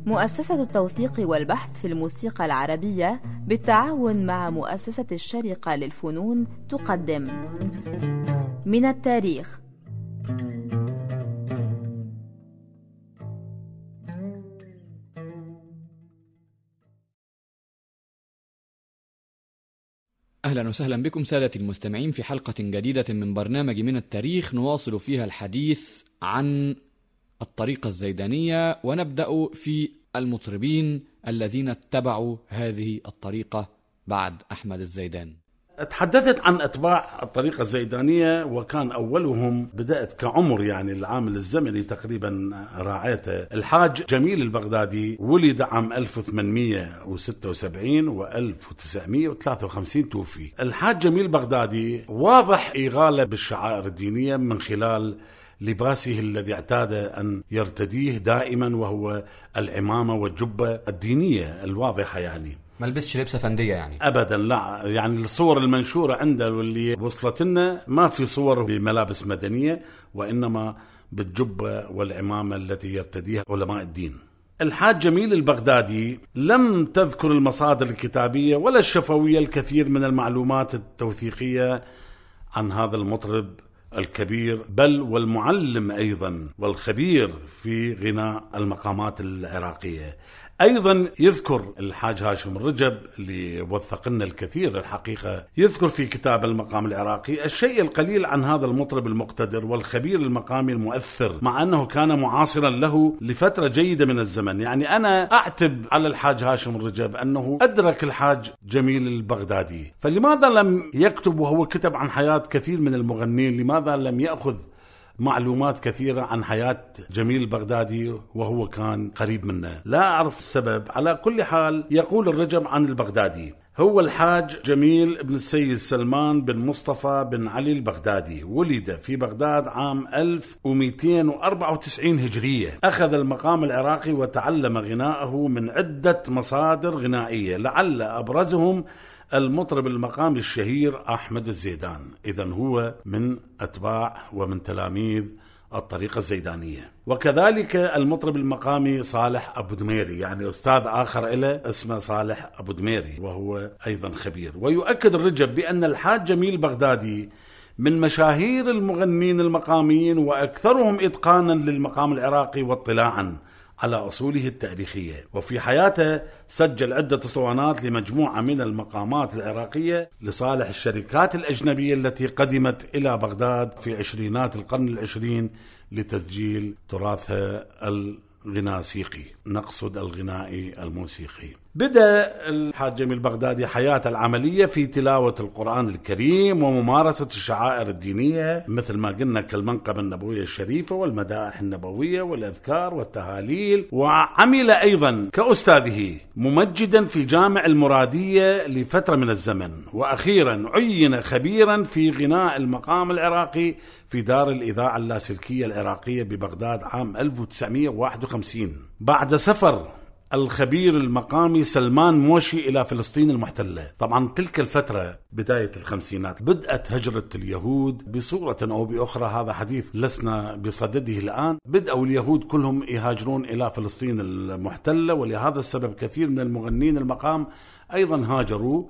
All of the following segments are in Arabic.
مؤسسة التوثيق والبحث في الموسيقى العربية بالتعاون مع مؤسسة الشرقة للفنون تقدم من التاريخ. أهلا وسهلا بكم سادتي المستمعين في حلقة جديدة من برنامج من التاريخ، نواصل فيها الحديث عن الطريقة الزيدانية، ونبدأ في المطربين الذين اتبعوا هذه الطريقة بعد أحمد الزيدان. تحدثت عن أتباع الطريقة الزيدانية، وكان أولهم بدأت كعمر يعني العامل الزمني تقريبا راعيته الحاج جميل البغدادي، ولد عام 1876 و1953 توفي. الحاج جميل البغدادي واضح إغالة بالشعائر الدينية من خلال لباسه الذي اعتاد أن يرتديه دائما، وهو العمامة والجبة الدينية الواضحة، يعني ما لبسش لبسة فندية يعني أبدا، لا. يعني الصور المنشورة عنده واللي وصلت لنا ما في صور بملابس مدنية، وإنما بالجبة والعمامة التي يرتديها علماء الدين. الحاج جميل البغدادي لم تذكر المصادر الكتابية ولا الشفوية الكثير من المعلومات التوثيقية عن هذا المطرب الكبير، بل والمعلم أيضا والخبير في غناء المقامات العراقية. أيضا يذكر الحاج هاشم الرجب اللي وثق لنا الكثير الحقيقة، يذكر في كتاب المقام العراقي الشيء القليل عن هذا المطرب المقتدر والخبير المقامي المؤثر، مع أنه كان معاصرا له لفترة جيدة من الزمن. يعني أنا أعتب على الحاج هاشم الرجب أنه أدرك الحاج جميل البغدادي، فلماذا لم يكتب وهو كتب عن حياة كثير من المغنين؟ لماذا لم يأخذ معلومات كثيرة عن حياة جميل البغدادي وهو كان قريب منه؟ لا أعرف السبب. على كل حال، يقول الرجب عن البغدادي: هو الحاج جميل بن السيد سلمان بن مصطفى بن علي البغدادي، ولد في بغداد عام 1294 هجرية. أخذ المقام العراقي وتعلم غناءه من عدة مصادر غنائية، لعل أبرزهم المطرب المقامي الشهير أحمد الزيدان. إذن هو من أتباع ومن تلاميذ الطريقة الزيدانية. وكذلك المطرب المقامي صالح أبو دميري، يعني أستاذ آخر له اسمه صالح أبو دميري، وهو أيضا خبير. ويؤكد الرجب بأن الحاج جميل بغدادي من مشاهير المغنين المقاميين، وأكثرهم إتقانا للمقام العراقي واطلاعا على أصوله التاريخية. وفي حياته سجل عدة اسطوانات لمجموعة من المقامات العراقية لصالح الشركات الأجنبية التي قدمت إلى بغداد في عشرينات القرن العشرين لتسجيل تراثها الغناسيقي، نقصد الغنائي الموسيقي. بدأ الحاج جميل البغدادي حياته العملية في تلاوة القرآن الكريم وممارسة الشعائر الدينية، مثل ما قلنا كالمنقبة النبوية الشريفة والمدائح النبوية والأذكار والتهاليل. وعمل أيضا كأستاذه ممجدا في جامع المرادية لفترة من الزمن. وأخيرا عين خبيرا في غناء المقام العراقي في دار الإذاعة اللاسلكية العراقية ببغداد عام 1951، بعد سفر الخبير المقامي سلمان موشي إلى فلسطين المحتلة. طبعا تلك الفترة بداية الخمسينات بدأت هجرة اليهود بصورة أو بأخرى، هذا حديث لسنا بصدده الآن. بدأوا اليهود كلهم يهاجرون إلى فلسطين المحتلة، ولهذا السبب كثير من المغنين المقام أيضا هاجروا.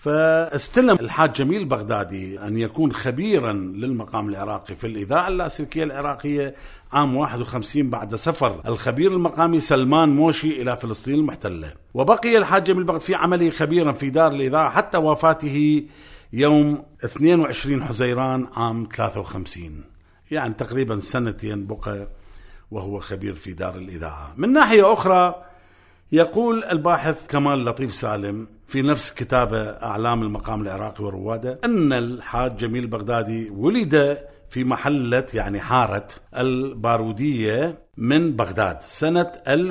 فاستلم الحاج جميل البغدادي أن يكون خبيرا للمقام العراقي في الإذاعة اللاسلكية العراقية عام 51، بعد سفر الخبير المقامي سلمان موشي إلى فلسطين المحتلة. وبقي الحاج جميل البغدادي في عمله خبيرا في دار الإذاعة حتى وفاته يوم 22 حزيران عام 53، يعني تقريبا سنتين بقى وهو خبير في دار الإذاعة. من ناحية أخرى، يقول الباحث كمال لطيف سالم في نفس كتابه أعلام المقام العراقي ورواده أن الحاج جميل البغدادي ولد في محلة، يعني حارة البارودية من بغداد سنة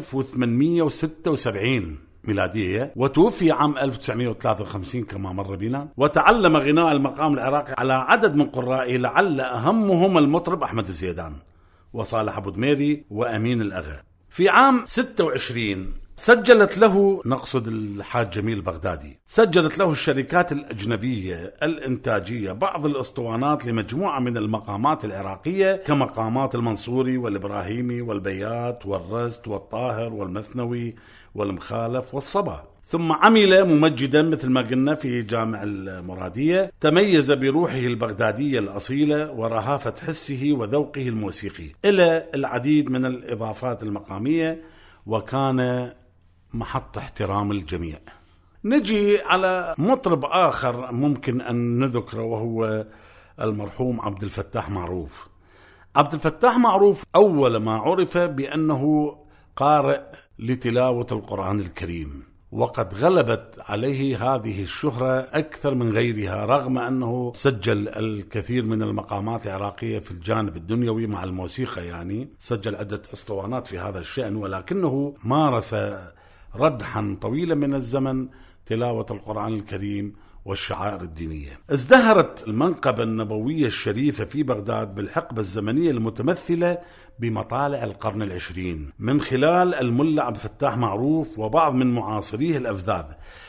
1876 ميلادية، وتوفي عام 1953 كما مر بنا. وتعلم غناء المقام العراقي على عدد من قرائه، لعل أهمهم المطرب أحمد الزيدان وصالح أبو دميري وأمين الأغا. في عام 26 سجلت له، نقصد الحاج جميل بغدادي، سجلت له الشركات الأجنبية الإنتاجية بعض الأسطوانات لمجموعة من المقامات العراقية كمقامات المنصوري والإبراهيمي والبيات والرست والطاهر والمثنوي والمخالف والصبا. ثم عمل ممجدا مثل ما قلنا في جامع المرادية، تميز بروحه البغدادية الأصيلة ورهافة حسه وذوقه الموسيقي إلى العديد من الإضافات المقامية، وكان محط احترام الجميع. نجي على مطرب آخر ممكن أن نذكره، وهو المرحوم عبد الفتاح معروف. عبد الفتاح معروف أول ما عرف بأنه قارئ لتلاوة القرآن الكريم، وقد غلبت عليه هذه الشهرة أكثر من غيرها، رغم أنه سجل الكثير من المقامات العراقية في الجانب الدنيوي مع الموسيقى، يعني سجل عدة أسطوانات في هذا الشأن، ولكنه مارس ردحا طويلا من الزمن تلاوة القرآن الكريم والشعائر الدينية. ازدهرت المنقبة النبوية الشريفة في بغداد بالحقبة الزمنية المتمثلة بمطالع القرن العشرين من خلال الملا عبد الفتاح معروف وبعض من معاصريه الأفذاذ.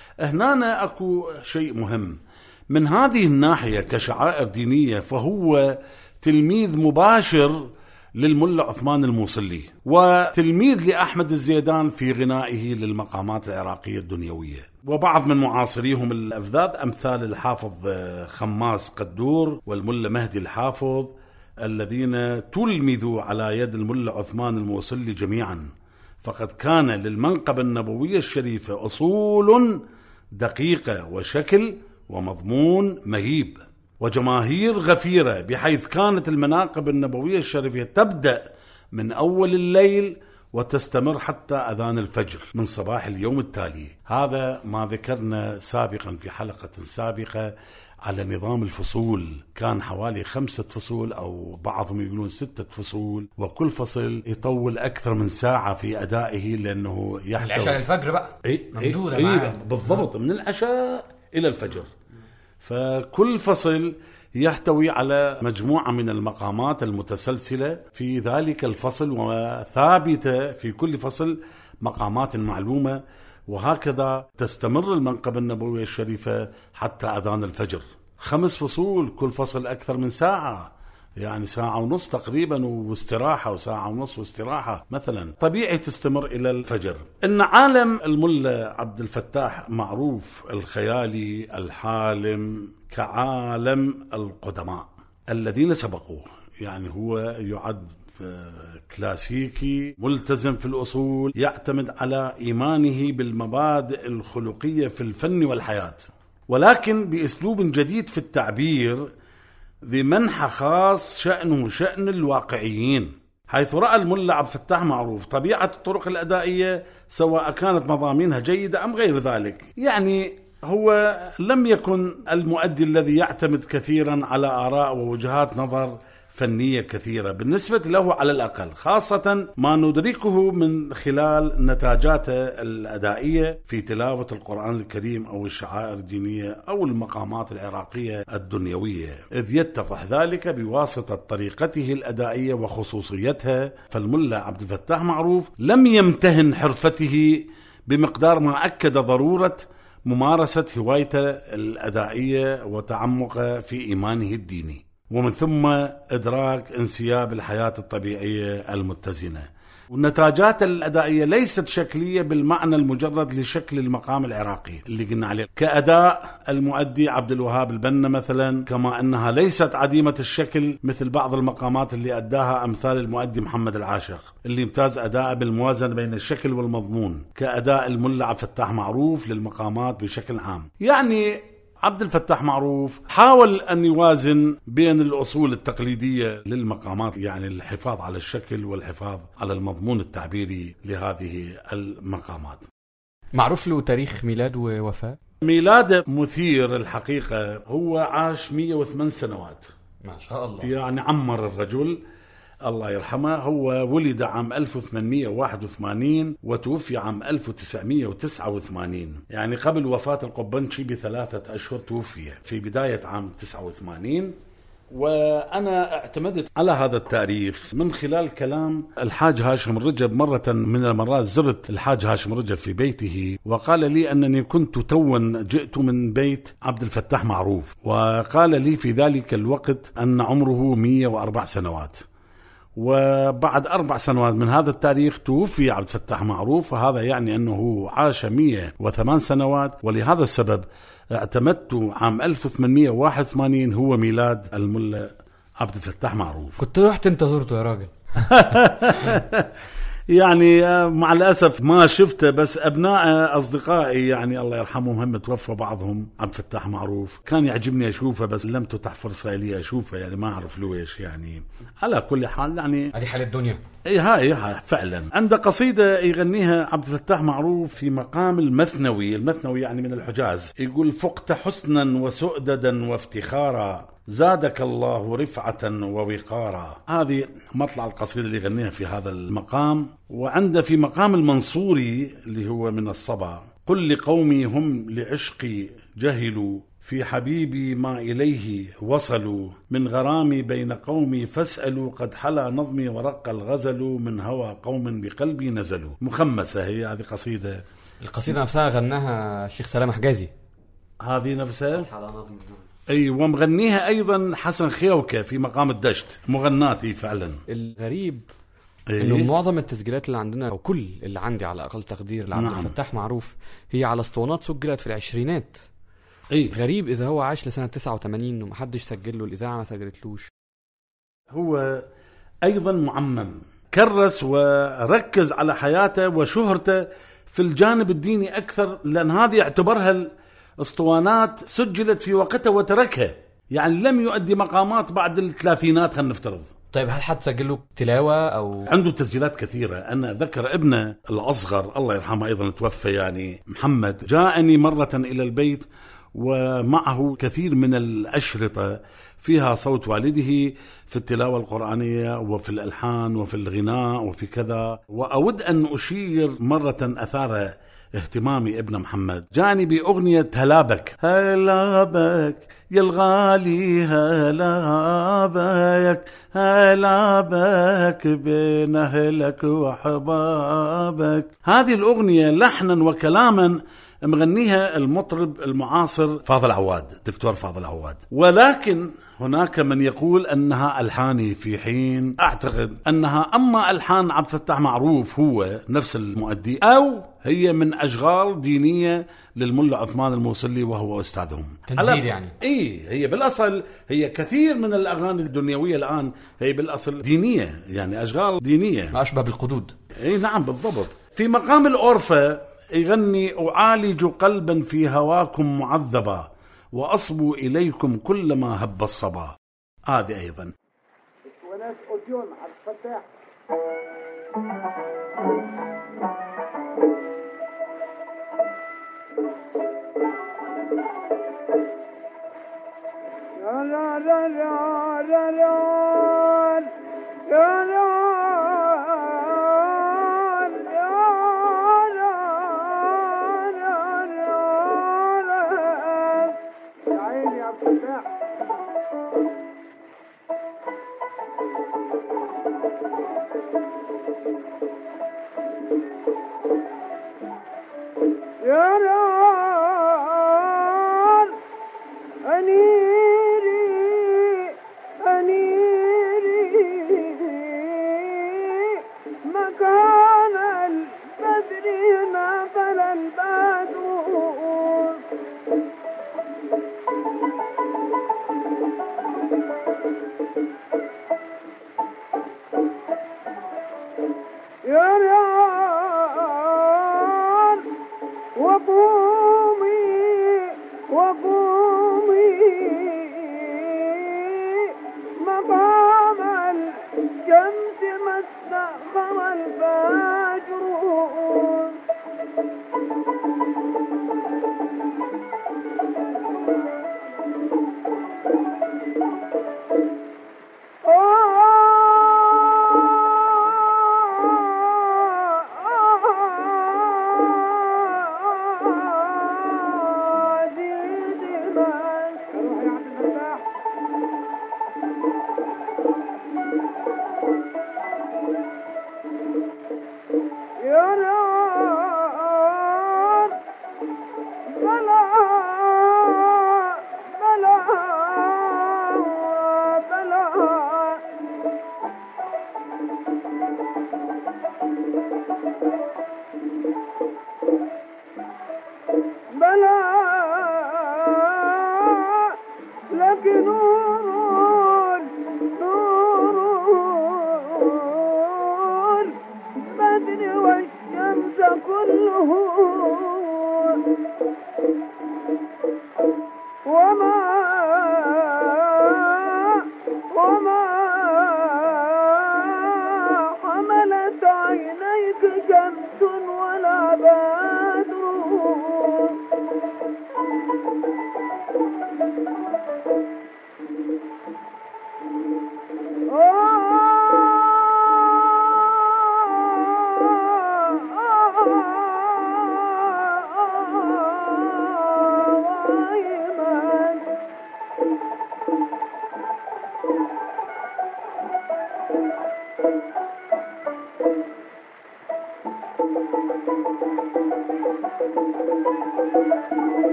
هنا أكو شيء مهم من هذه الناحية كشعائر دينية، فهو تلميذ مباشر للملا عثمان الموصلي، وتلميذ لأحمد الزيدان في غنائه للمقامات العراقية الدنيوية. وبعض من معاصريهم الأفذاذ أمثال الحافظ خماس قدور والملا مهدي الحافظ، الذين تلمذوا على يد الملا عثمان الموصلي جميعا، فقد كان للمنقبة النبوية الشريفة أصول دقيقة وشكل ومضمون مهيب وجماهير غفيرة، بحيث كانت المناقب النبوية الشريفة تبدأ من أول الليل وتستمر حتى أذان الفجر من صباح اليوم التالي. هذا ما ذكرنا سابقا في حلقة سابقة على نظام الفصول، كان حوالي 5 فصول أو بعضهم يقولون 6 فصول، وكل فصل يطول أكثر من ساعة في أدائه، لأنه يحتوي العشاء الفجر بقى ممدودة بالضبط من العشاء إلى الفجر. فكل فصل يحتوي على مجموعة من المقامات المتسلسلة في ذلك الفصل، وثابتة في كل فصل مقامات معلومة، وهكذا تستمر المنقبة النبوية الشريفة حتى أذان الفجر. 5 فصول، كل فصل أكثر من ساعة، يعني 1.5 ساعة تقريبا واستراحة، و1.5 ساعة واستراحة مثلا، طبيعي تستمر إلى الفجر. إن عالم الملا عبد الفتاح معروف الخيالي الحالم كعالم القدماء الذين سبقوه، يعني هو يعد كلاسيكي ملتزم في الأصول، يعتمد على إيمانه بالمبادئ الخلقية في الفن والحياة، ولكن بأسلوب جديد في التعبير ذي منحى خاص شأنه شأن الواقعيين، حيث رأى الملا عبد الفتاح معروف طبيعة الطرق الأدائية سواء كانت مضامينها جيدة أم غير ذلك. يعني هو لم يكن المؤدي الذي يعتمد كثيرا على آراء ووجهات نظر فنية كثيرة بالنسبة له على الأقل، خاصة ما ندركه من خلال نتاجاته الأدائية في تلاوة القرآن الكريم أو الشعائر الدينية أو المقامات العراقية الدنيوية، إذ يتضح ذلك بواسطة طريقته الأدائية وخصوصيتها. فالملا عبد الفتاح معروف لم يمتهن حرفته بمقدار ما أكد ضرورة ممارسة هوايته الأدائية وتعمق في إيمانه الديني، ومن ثم إدراك انسياب الحياة الطبيعية المتزنة. والنتاجات الأدائية ليست شكلية بالمعنى المجرد لشكل المقام العراقي اللي قلنا عليه كأداء المؤدي عبد الوهاب البنا مثلا، كما أنها ليست عديمة الشكل مثل بعض المقامات اللي أداها أمثال المؤدي محمد العاشق اللي امتاز أداءه بالموازنة بين الشكل والمضمون كأداء الملا عبد الفتاح معروف للمقامات بشكل عام. يعني عبد الفتاح معروف حاول أن يوازن بين الأصول التقليدية للمقامات، يعني الحفاظ على الشكل والحفاظ على المضمون التعبيري لهذه المقامات. معروف له تاريخ ميلاد ووفاة؟ ميلاده مثير الحقيقة، هو عاش 108 سنوات ما شاء الله، يعني عمر الرجل الله يرحمه. هو ولد عام 1881 وتوفي عام 1989، يعني قبل وفاة القبنشي ب3 أشهر توفي في بداية عام 89. وأنا اعتمدت على هذا التاريخ من خلال كلام الحاج هاشم الرجب. مرة من المرات زرت الحاج هاشم الرجب في بيته، وقال لي أنني كنت جئت من بيت عبد الفتاح معروف، وقال لي في ذلك الوقت أن عمره 104 سنوات، وبعد 4 سنوات من هذا التاريخ توفي عبد الفتاح معروف، وهذا يعني أنه عاش 108 سنوات. ولهذا السبب اعتمدت عام 1881 هو ميلاد الملا عبد الفتاح معروف. كنت رحت انت زرته يا راجل؟ يعني مع الأسف ما شفته، بس أبناء أصدقائي يعني الله يرحمهم هم توفى بعضهم. عبد الفتاح معروف كان يعجبني أشوفه، بس لم تتح فرصة لي أشوفه، يعني ما أعرف ليش. يعني على كل حال يعني هذه حال الدنيا. هاي فعلا. عند قصيدة يغنيها عبد الفتاح معروف في مقام المثنوي يعني من الحجاز، يقول: فقت حسنا وسؤددا وافتخارا، زادك الله رفعة ووقارا. هذه مطلع القصيدة اللي يغنيها في هذا المقام. وعنده في مقام المنصوري اللي هو من الصبا: قل لقومي هم لعشقي جهلوا، في حبيبي ما إليه وصلوا، من غرامي بين قومي فاسألوا، قد حلا نظمي ورق الغزل، من هوى قوم بقلبي نزلوا. مخمسة هي هذه قصيدة. القصيدة نفسها غناها الشيخ سلام حجازي. هذه نفسها أي، ومغنيها أيضا حسن خيوكة في مقام الدشت، مغناتي فعلا. الغريب إنه معظم التسجيلات اللي عندنا، أو كل اللي عندي على أقل تقدير لعبد الفتاح معروف، هي على اسطوانات سجلت في العشرينات. غريب إذا هو عاش لسنة 89 ومحدش سجل له، الإذاعة ما سجلتلوش. هو أيضا معمم، كرس وركز على حياته وشهرته في الجانب الديني أكثر، لأن هذه اعتبرها الاسطوانات سجلت في وقتها وتركها، يعني لم يؤدي مقامات بعد الثلاثينات خلينا نفترض. طيب هل حد سجل له تلاوة أو عنده تسجيلات كثيرة؟ أنا ذكر ابنه الأصغر الله يرحمه أيضا توفى، يعني محمد، جاءني مرة إلى البيت ومعه كثير من الأشرطة فيها صوت والده في التلاوة القرآنية وفي الألحان وفي الغناء وفي كذا. وأود أن أشير مرة أثار اهتمامي ابن محمد، جاني بأغنية هلابك. هلابك يا الغالي هلابك، هلابك بين أهلك وحبابك. هذه الأغنية لحنا وكلاما مغنيها المطرب المعاصر فاضل عواد، دكتور فاضل عواد. ولكن هناك من يقول أنها ألحاني، في حين أعتقد أنها أما ألحان عبد الفتاح معروف هو نفس المؤدي، أو هي من أشغال دينية للملا عثمان الموصلي وهو أستاذهم. تنزيل يعني. هي بالأصل هي كثير من الأغاني الدنيوية الآن هي بالأصل دينية، يعني أشغال دينية ما أشبه بالقدود. نعم بالضبط. في مقام الأورفة يغني: أعالج قلبا في هواكم معذبا، وأصبو إليكم كلما هب الصبا. هذه أيضا وناس أوديون عبد الفتاح. لا لا لا لا لا لا لا يا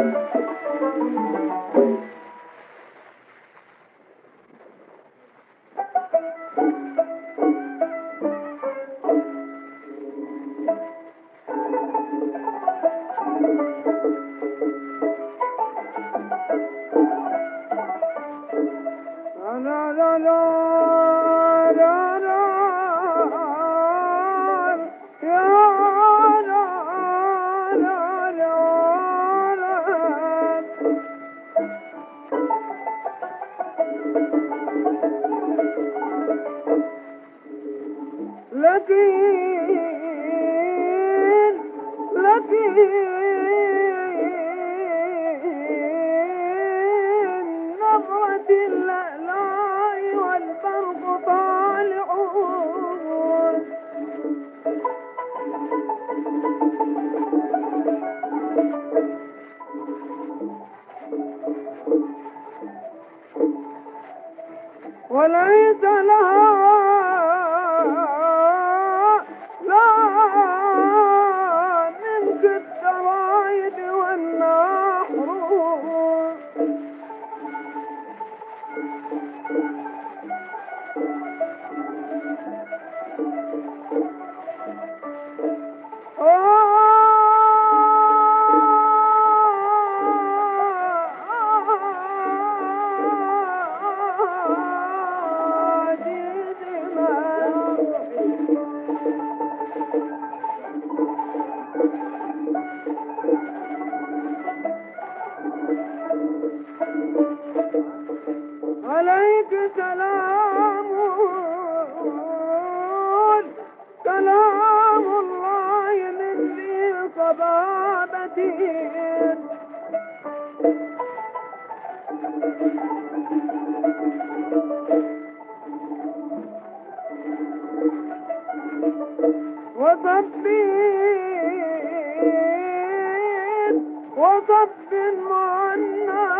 وليس لها لا منك الشرايد والنحر عليك سلام الله من ذي صبابة وصب معنى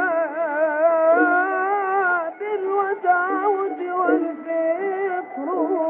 بالوداود والفكر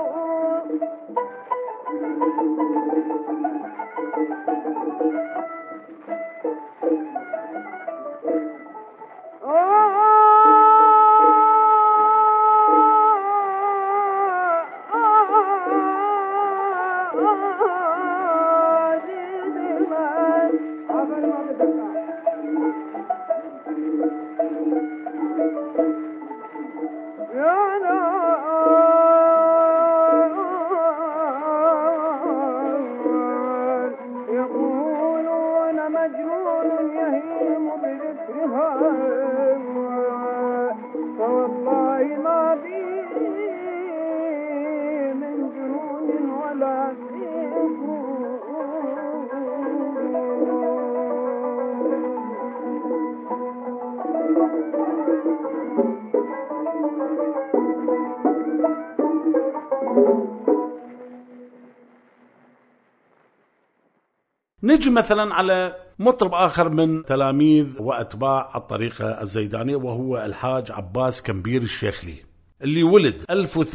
نجي مثلا على مطرب آخر من تلاميذ وأتباع الطريقة الزيدانية، وهو الحاج عباس كمبير الشيخلي، اللي ولد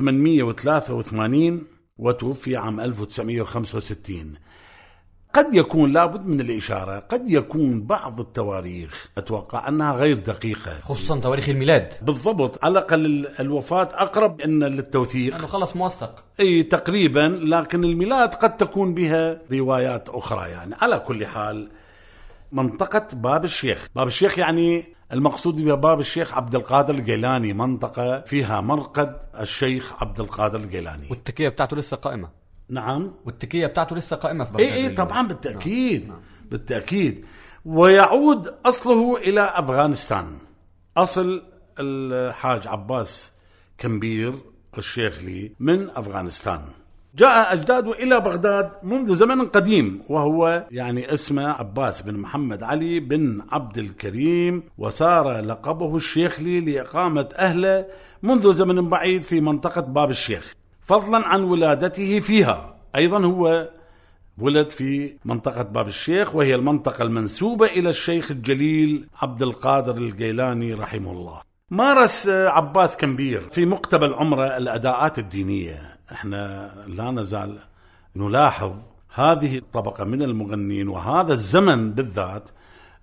1883 وتوفي عام 1965. قد يكون لابد من الإشارة، قد يكون بعض التواريخ أتوقع أنها غير دقيقة، خصوصا تواريخ الميلاد. بالضبط، على الأقل الوفاة أقرب إن للتوثيق، أنه خلص موثق تقريبا، لكن الميلاد قد تكون بها روايات أخرى. يعني على كل حال منطقة باب الشيخ يعني المقصود بها باب الشيخ عبد القادر الجيلاني، منطقة فيها مرقد الشيخ عبد القادر الجيلاني، والتكية بتاعته لسه قائمة. نعم، والتكية بتاعته لسه قائمة في بغداد. طبعا بالتأكيد. نعم. بالتأكيد. ويعود أصله إلى أفغانستان. أصل الحاج عباس كمبير الشيخلي من أفغانستان، جاء أجداده إلى بغداد منذ زمن قديم، وهو يعني اسمه عباس بن محمد علي بن عبد الكريم، وصار لقبه الشيخلي لإقامة أهله منذ زمن بعيد في منطقة باب الشيخ، فضلا عن ولادته فيها. أيضا هو ولد في منطقة باب الشيخ، وهي المنطقة المنسوبة إلى الشيخ الجليل عبد القادر الجيلاني رحمه الله. مارس عباس كمبير في مقتبل عمره الأداءات الدينية. احنا لا نزال نلاحظ هذه الطبقة من المغنين وهذا الزمن بالذات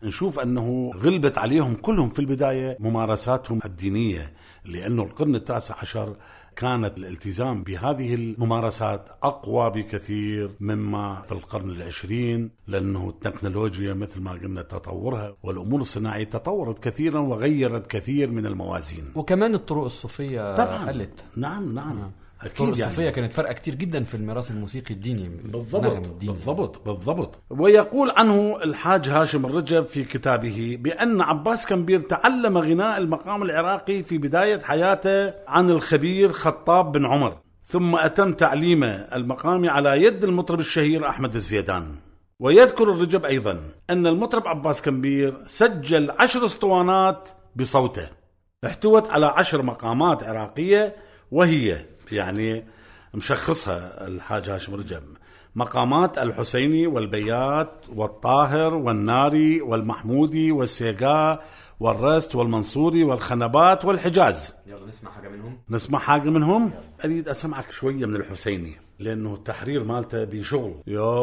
نشوف أنه غلبت عليهم كلهم في البداية ممارساتهم الدينية، لأنه القرن 19 كانت الالتزام بهذه الممارسات أقوى بكثير مما في القرن 20، لأنه التكنولوجيا مثل ما قلنا تطورها والأمور الصناعية تطورت كثيرا وغيرت كثير من الموازين. وكمان الطرق الصوفية قلت. نعم الطرق الصوفية كانت فرقة كتير جدا في الميراث الموسيقي الديني. بالضبط. ويقول عنه الحاج هاشم الرجب في كتابه بأن عباس كمبير تعلم غناء المقام العراقي في بداية حياته عن الخبير خطاب بن عمر، ثم أتم تعليم المقام على يد المطرب الشهير أحمد الزيدان. ويذكر الرجب أيضا أن المطرب عباس كمبير سجل 10 اسطوانات بصوته احتوت على 10 مقامات عراقية، وهي يعني مشخصها الحاج هاشم رجب: مقامات الحسيني والبيات والطاهر والناري والمحمودي والسيقا والرست والمنصوري والخنبات والحجاز. يلا نسمع حاجة منهم. أريد أسمعك شوية من الحسيني لأنه التحرير مالته بشغل.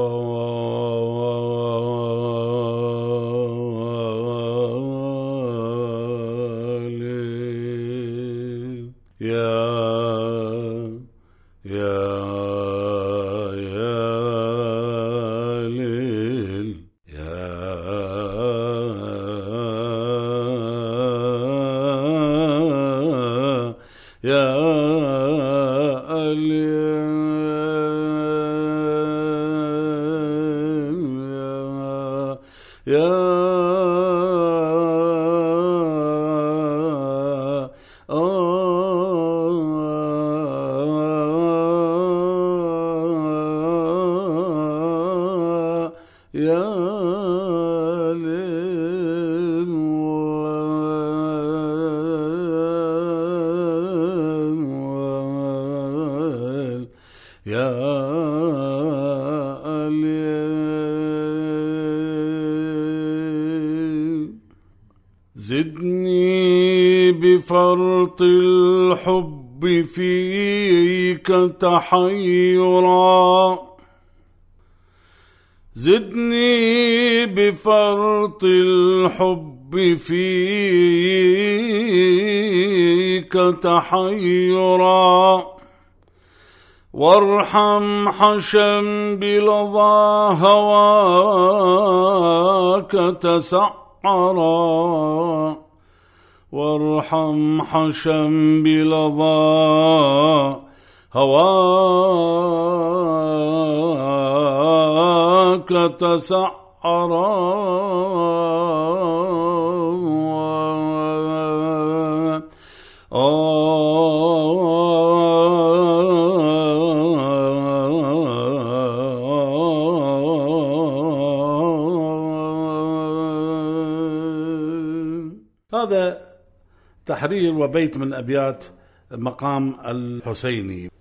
زدني بفرط الحب فيك تحيرا، زدني بفرط الحب فيك تحيرا، وارحم حشم بلظى هواك تسعرا، وارحم حشم بلظى هواك تسعرا. هذا تحرير وبيت من أبيات مقام الحسيني.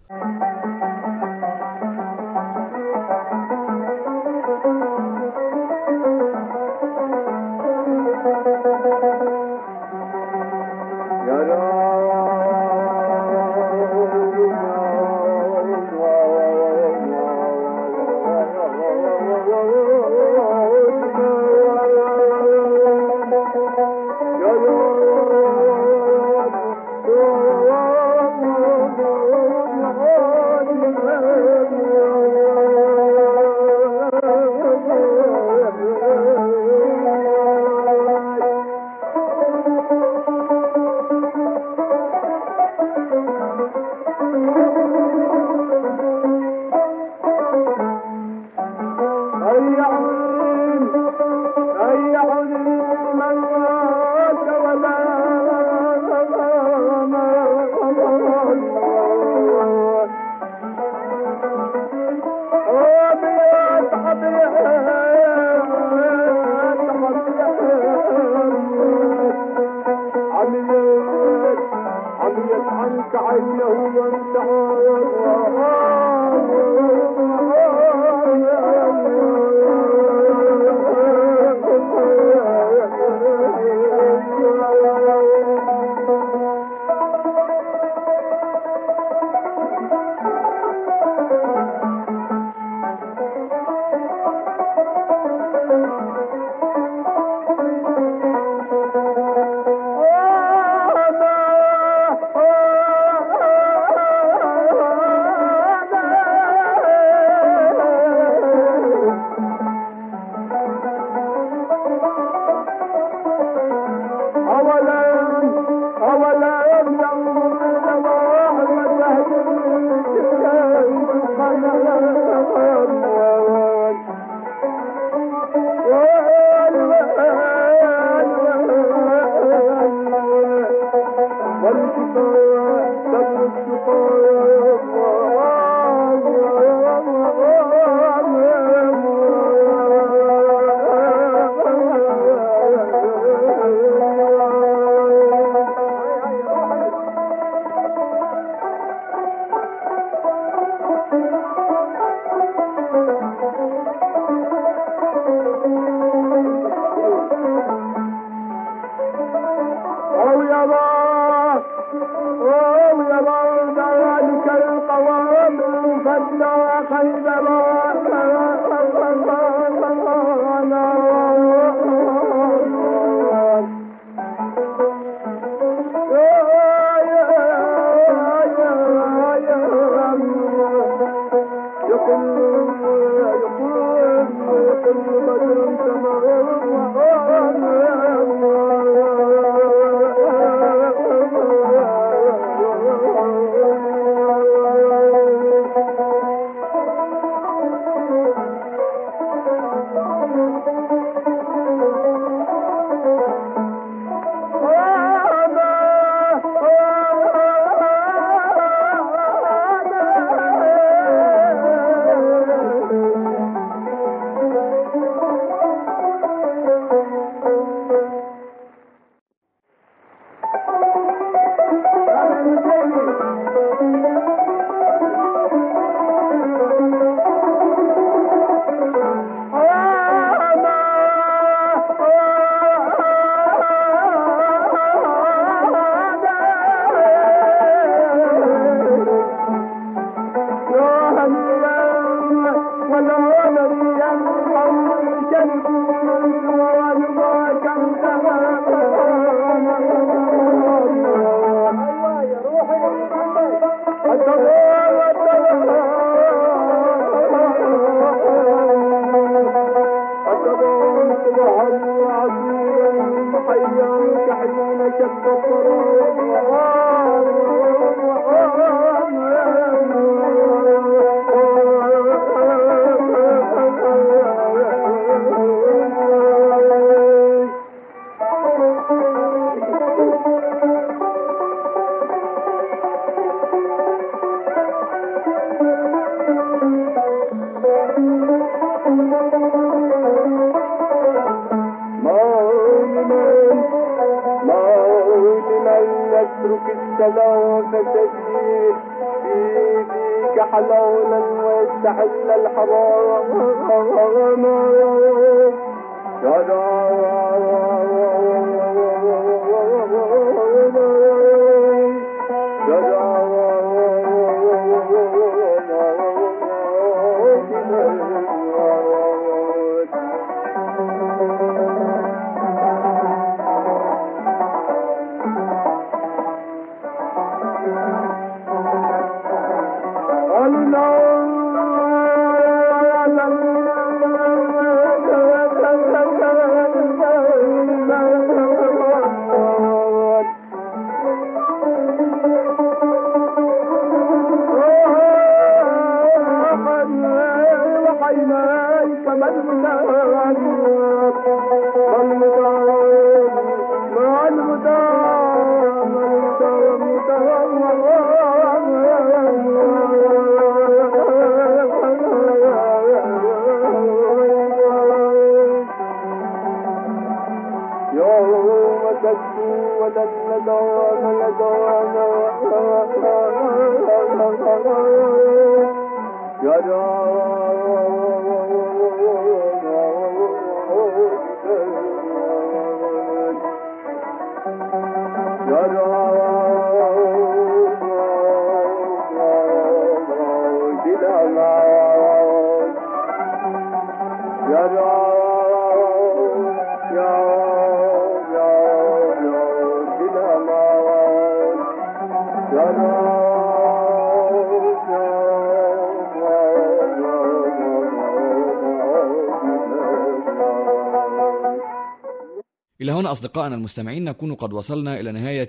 إلى هنا أصدقائنا المستمعين نكون قد وصلنا إلى نهاية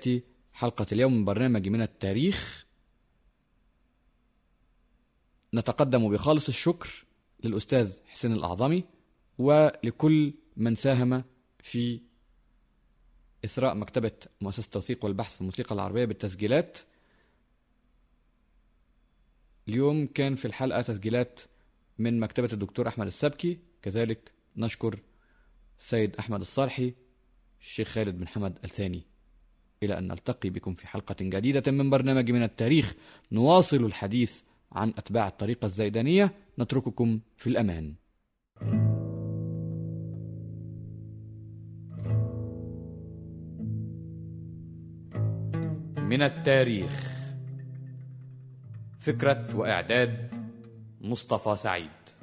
حلقة اليوم من برنامج من التاريخ. نتقدم بخالص الشكر للأستاذ حسين الأعظمي ولكل من ساهم في إثراء مكتبة مؤسسة التوثيق والبحث في الموسيقى العربية بالتسجيلات. اليوم كان في الحلقة تسجيلات من مكتبة الدكتور أحمد السبكي، كذلك نشكر السيد أحمد الصالحي، الشيخ خالد بن حمد الثاني. إلى أن نلتقي بكم في حلقة جديدة من برنامج من التاريخ، نواصل الحديث عن أتباع الطريقة الزيدانية. نترككم في الأمان. من التاريخ، فكرة وإعداد مصطفى سعيد.